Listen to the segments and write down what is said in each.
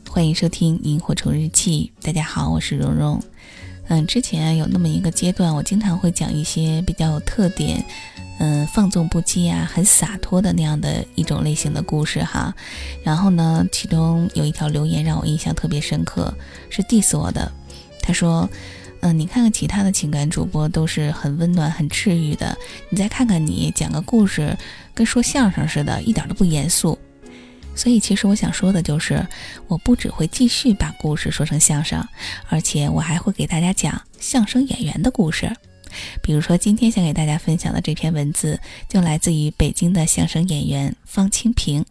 欢迎收听萤火虫日记。大家好，我是蓉蓉。之前有那么一个阶段，我经常会讲一些比较有特点，放纵不羁啊，很洒脱的那样的一种类型的故事哈。然后呢，其中有一条留言让我印象特别深刻，是 diss 我的。他说你看看其他的情感主播都是很温暖很治愈的，你再看看你讲个故事跟说相声似的，一点都不严肃。所以其实我想说的就是，我不只会继续把故事说成相声，而且我还会给大家讲相声演员的故事。比如说今天想给大家分享的这篇文字，就来自于北京的相声演员方清平。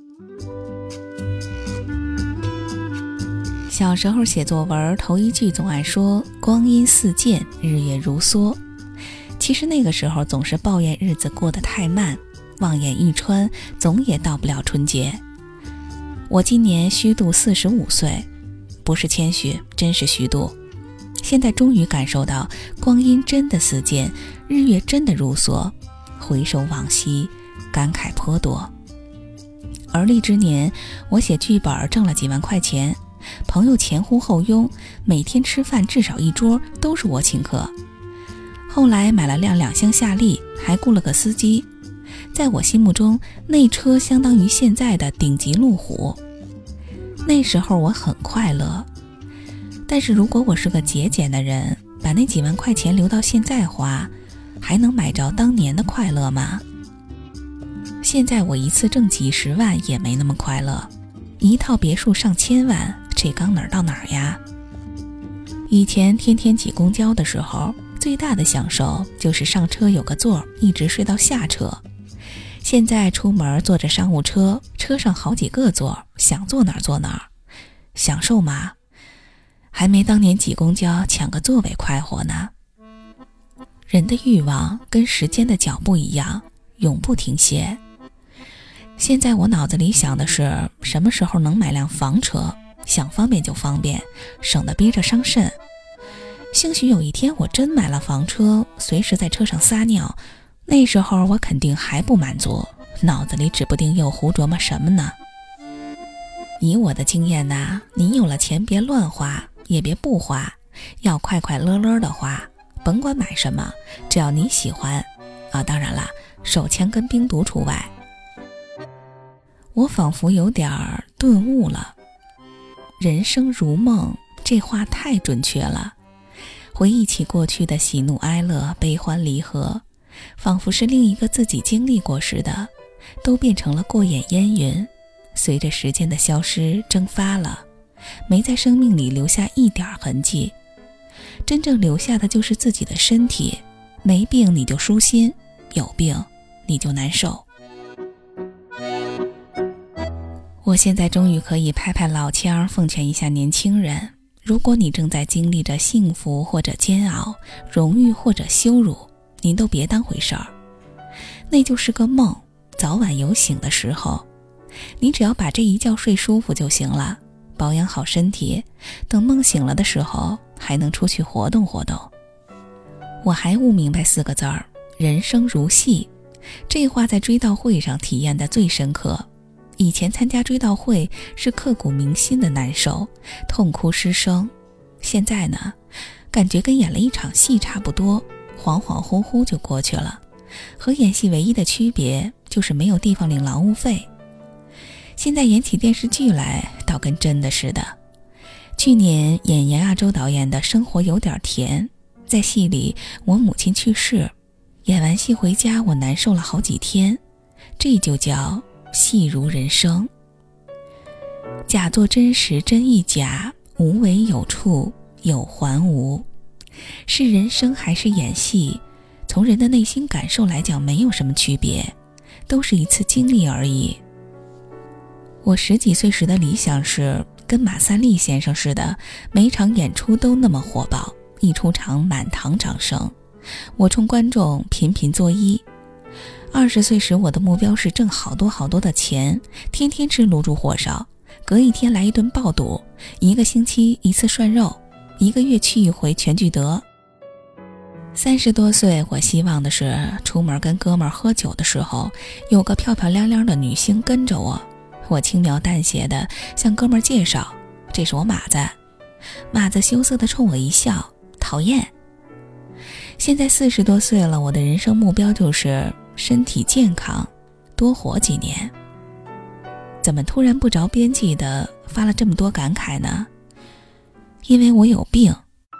小时候写作文头一句总爱说光阴似箭，日月如梭。其实那个时候总是抱怨日子过得太慢，望眼欲穿，总也到不了春节。我今年虚度45岁，不是谦虚，真是虚度。现在终于感受到光阴真的似箭，日月真的如梭，回首往昔，感慨颇多。而立之年，我写剧本挣了几万块钱，朋友前呼后拥，每天吃饭至少一桌都是我请客。后来买了辆2厢夏利，还雇了个司机。在我心目中，那车相当于现在的顶级路虎。那时候我很快乐，但是如果我是个节俭的人，把那几万块钱留到现在花，还能买着当年的快乐吗？现在我一次挣几十万也没那么快乐，一套别墅上千万，这刚哪儿到哪儿呀？以前天天挤公交的时候，最大的享受就是上车有个座，一直睡到下车。现在出门坐着商务车，车上好几个座，想坐哪儿坐哪儿，享受吗？还没当年挤公交抢个座位快活呢。人的欲望跟时间的脚步一样，永不停歇。现在我脑子里想的是什么时候能买辆房车，想方便就方便，省得憋着伤肾。兴许有一天我真买了房车，随时在车上撒尿，那时候我肯定还不满足，脑子里指不定又胡琢磨什么呢。以我的经验呐，你有了钱别乱花，也别不花，要快快乐乐的花，甭管买什么，只要你喜欢啊，当然了，手枪跟冰毒除外。我仿佛有点顿悟了，人生如梦，这话太准确了。回忆起过去的喜怒哀乐，悲欢离合，仿佛是另一个自己经历过似的，都变成了过眼烟云，随着时间的消失蒸发了，没在生命里留下一点痕迹。真正留下的就是自己的身体，没病你就舒心，有病你就难受。我现在终于可以拍拍老腔，奉劝一下年轻人，如果你正在经历着幸福或者煎熬，荣誉或者羞辱，您都别当回事儿，那就是个梦，早晚有醒的时候。你只要把这一觉睡舒服就行了，保养好身体，等梦醒了的时候还能出去活动活动。我还悟明白4个字儿，人生如戏。这话在追悼会上体验的最深刻。以前参加追悼会是刻骨铭心的难受，痛哭失声。现在呢，感觉跟演了一场戏差不多，恍恍惚惚就过去了。和演戏唯一的区别就是没有地方领劳务费。现在演起电视剧来倒跟真的似的。去年演严亚洲导演的《生活有点甜》，在戏里我母亲去世，演完戏回家我难受了好几天，这就叫戏如人生。假作真实真亦假，无为有处有还无。是人生还是演戏，从人的内心感受来讲没有什么区别，都是一次经历而已。我10几岁时的理想是跟马三立先生似的，每场演出都那么火爆，一出场满堂掌声，我冲观众频频作揖。20岁时我的目标是挣好多好多的钱，天天吃卤煮火烧，隔一天来一顿爆肚，1个星期1次涮肉，1个月去一回全聚德。30多岁，我希望的是出门跟哥们儿喝酒的时候，有个漂漂亮亮的女星跟着我，我轻描淡写的向哥们儿介绍， 这是我马子。马子羞涩地冲我一笑，讨厌。现在40多岁了，我的人生目标就是身体健康，多活几年。怎么突然不着边际地发了这么多感慨呢？因为我有病。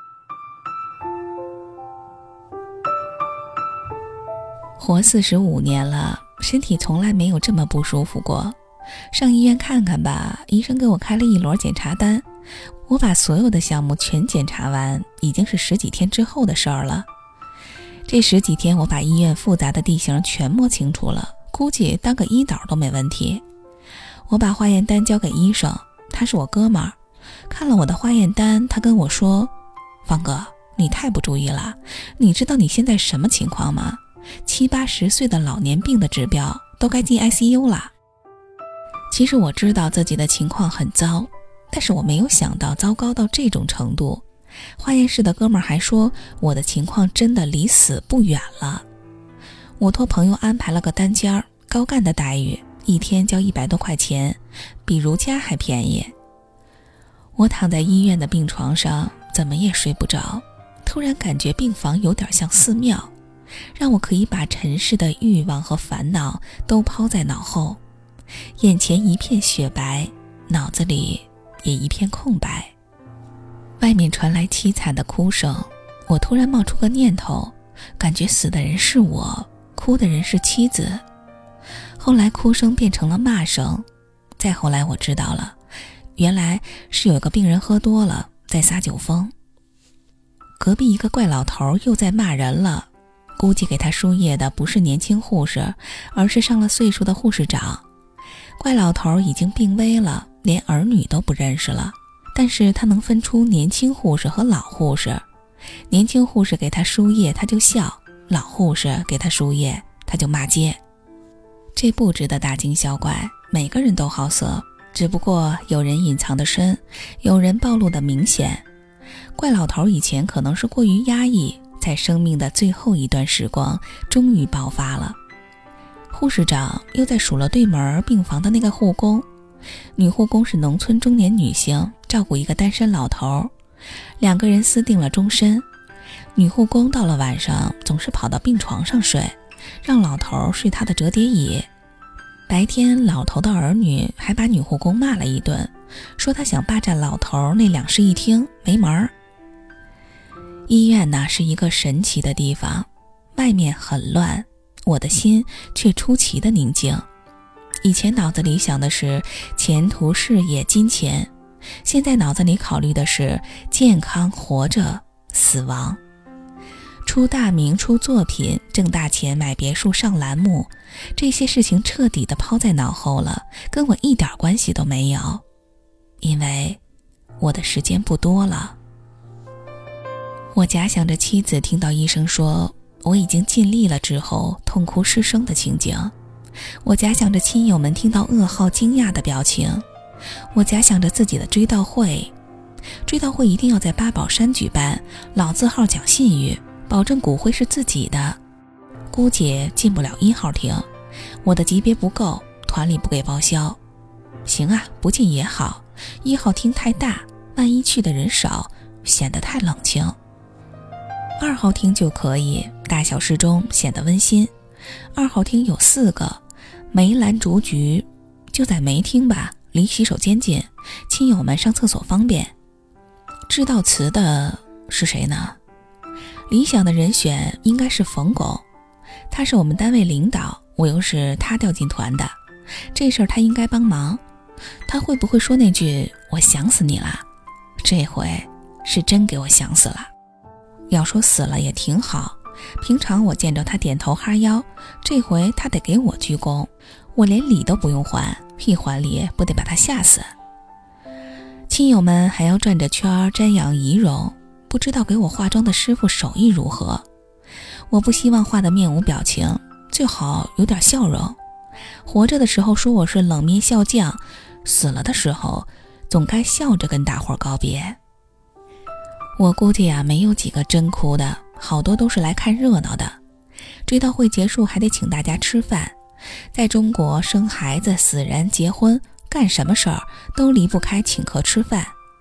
活45年了，身体从来没有这么不舒服过。上医院看看吧，医生给我开了一摞检查单，我把所有的项目全检查完，已经是10几天之后的事儿了。这10几天我把医院复杂的地形全摸清楚了，估计当个医导都没问题。我把化验单交给医生，他是我哥们儿，看了我的化验单，他跟我说，方哥，你太不注意了，你知道你现在什么情况吗？70、80岁的老年病的指标都该进 ICU 了。其实我知道自己的情况很糟，但是我没有想到糟糕到这种程度。化验室的哥们儿还说我的情况真的离死不远了。我托朋友安排了个单间，高干的待遇，一天交100多块钱，比如家还便宜。我躺在医院的病床上，怎么也睡不着，突然感觉病房有点像寺庙，让我可以把尘世的欲望和烦恼都抛在脑后，眼前一片雪白，脑子里也一片空白。外面传来凄惨的哭声，我突然冒出个念头，感觉死的人是我，哭的人是妻子。后来哭声变成了骂声，再后来我知道了，原来是有个病人喝多了在撒酒疯。隔壁一个怪老头又在骂人了，估计给他输液的不是年轻护士，而是上了岁数的护士长。怪老头已经病危了，连儿女都不认识了，但是他能分出年轻护士和老护士。年轻护士给他输液他就笑，老护士给他输液他就骂街。这不值得大惊小怪，每个人都好色，只不过有人隐藏得深，有人暴露得明显。怪老头以前可能是过于压抑，在生命的最后一段时光终于爆发了。护士长又在数了对门病房的那个护工，女护工是农村中年女性，照顾一个单身老头，2个人私定了终身。女护工到了晚上总是跑到病床上睡，让老头睡她的折叠椅。白天老头的儿女还把女护工骂了一顿，说她想霸占老头那2室1厅，没门儿。医院呢是一个神奇的地方，外面很乱，我的心却出奇的宁静。以前脑子里想的是前途、事业、金钱，现在脑子里考虑的是健康、活着、死亡。出大名、出作品、挣大钱、买别墅、上栏目，这些事情彻底的抛在脑后了，跟我一点关系都没有，因为我的时间不多了。我假想着妻子听到医生说我已经尽力了之后痛哭失声的情景，我假想着亲友们听到噩耗惊讶的表情，我假想着自己的追悼会一定要在八宝山举办，老字号讲信誉，保证骨灰是自己的，估计进不了1号厅，我的级别不够，团里不给报销。行啊，不进也好，1号厅太大，万一去的人少，显得太冷清。2号厅就可以，大小适中，显得温馨。2号厅有4个，梅兰竹菊，就在梅厅吧，离洗手间近，亲友们上厕所方便。致悼词的是谁呢？理想的人选应该是冯巩，他是我们单位领导，我又是他调进团的，这事儿他应该帮忙。他会不会说那句我想死你了？这回是真给我想死了。要说死了也挺好，平常我见着他点头哈腰，这回他得给我鞠躬，我连礼都不用还，一还礼不得把他吓死。亲友们还要转着圈瞻仰仪容，不知道给我化妆的师傅手艺如何。我不希望画的面无表情，最好有点笑容。活着的时候说我是冷面笑匠，死了的时候总该笑着跟大伙告别。我估计没有几个真哭的，好多都是来看热闹的。追悼会结束还得请大家吃饭，在中国生孩子、死人、结婚，干什么事儿都离不开请客吃饭，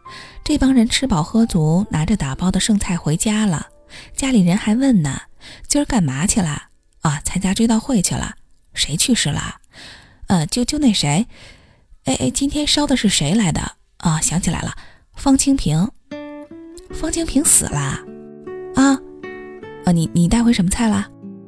这帮人吃饱喝足，拿着打包的剩菜回家了。家里人还问呢，今儿干嘛去了？啊，参加追悼会去了。谁去世了？就那谁。今天烧的是谁来的？啊，想起来了，方清平。方清平死了？你带回什么菜了？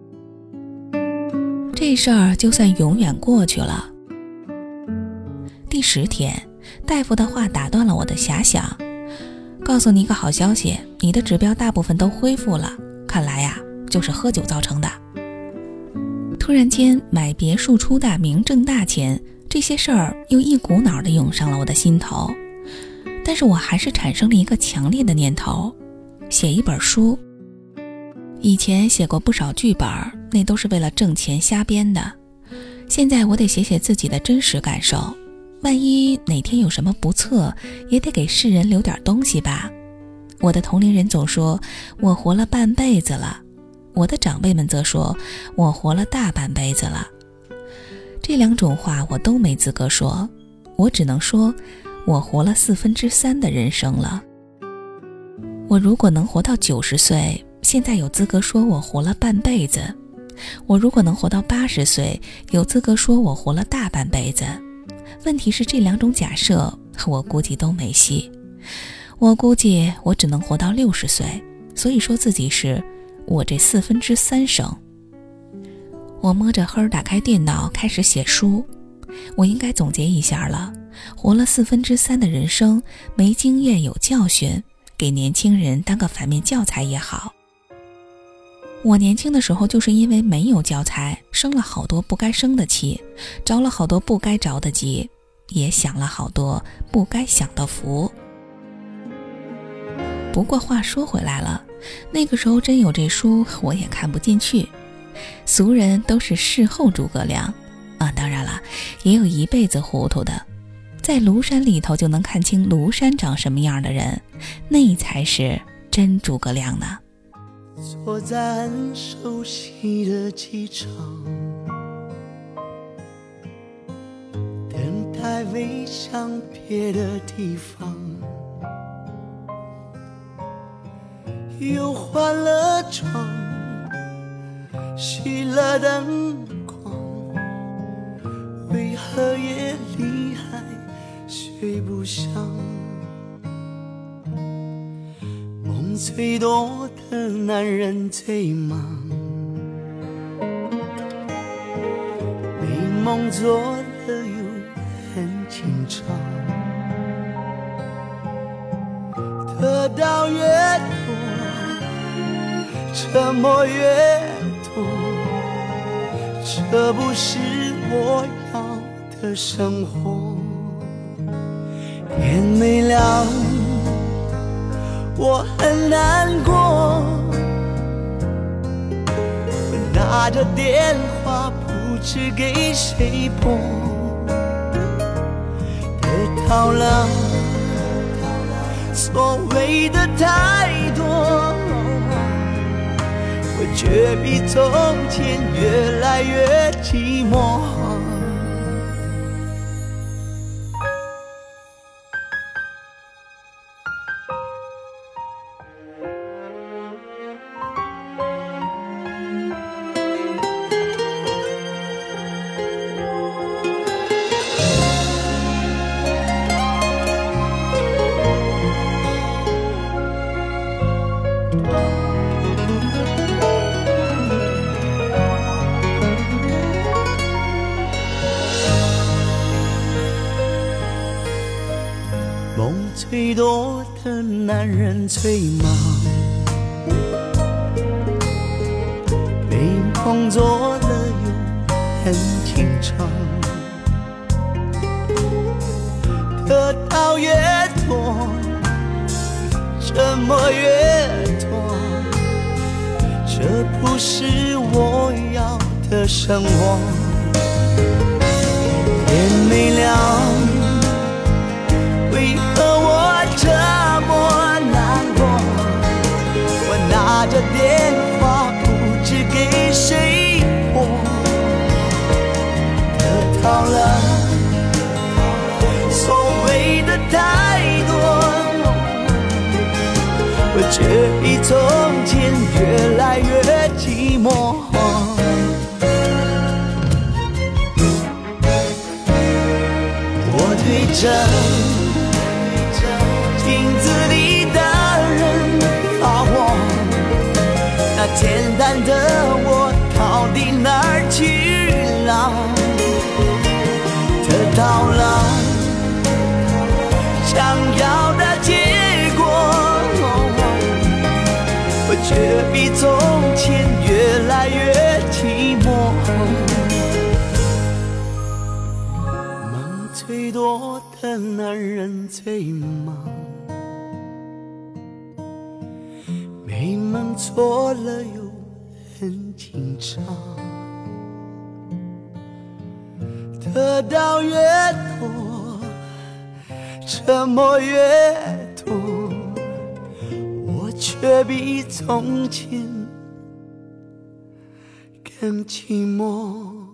这事儿就算永远过去了。第10天，大夫的话打断了我的遐想。告诉你一个好消息，你的指标大部分都恢复了，看来呀，就是喝酒造成的。突然间，买别墅出大名挣大钱，这些事儿又一股脑地涌上了我的心头。但是我还是产生了一个强烈的念头，写一本书。以前写过不少剧本，那都是为了挣钱瞎编的。现在我得写写自己的真实感受，万一哪天有什么不测，也得给世人留点东西吧。我的同龄人总说我活了半辈子了，我的长辈们则说我活了大半辈子了。这两种话我都没资格说，我只能说我活了3/4的人生了。我如果能活到90岁，现在有资格说我活了半辈子；我如果能活到80岁，有资格说我活了大半辈子。问题是这两种假设，我估计都没戏。我估计我只能活到60岁，所以说自己是我这3/4生。我摸着黑打开电脑开始写书，我应该总结一下了。活了3/4的人生，没经验有教训，给年轻人当个反面教材也好。我年轻的时候就是因为没有教材，生了好多不该生的气，着了好多不该着的急，也享了好多不该享的福。不过话说回来了，那个时候真有这书我也看不进去。俗人都是事后诸葛亮啊，当然了，也有一辈子糊涂的，在庐山里头就能看清庐山长什么样的人，那才是真诸葛亮呢。 坐在很熟悉的机场，等待飞向别的地方，又换了妆，熄了灯光，为何夜里还睡不香？梦最多的男人最忙，美梦做了又很紧张，得到越多，沉默越多，这不是我要的生活。天没亮，我很难过，我拿着电话不知给谁拨，得到了所谓的太多，我却比从前越来越寂寞。梦最多的男人最忙，美梦做了又很紧张，得到越多，沉默越多，这不是我要的生活。天没亮，为何我这么难过？我拿着电话不知给谁拨，得到了所谓的太多， 却比从前越来越寂寞。我对着镜子里的人发火，那简单的我到底哪儿去了？得到了想要的结果，我却比从前越来越寂寞。梦最多的男人最忙，没梦错了又很紧张，得到越多，折磨越多，我却比从前更寂寞。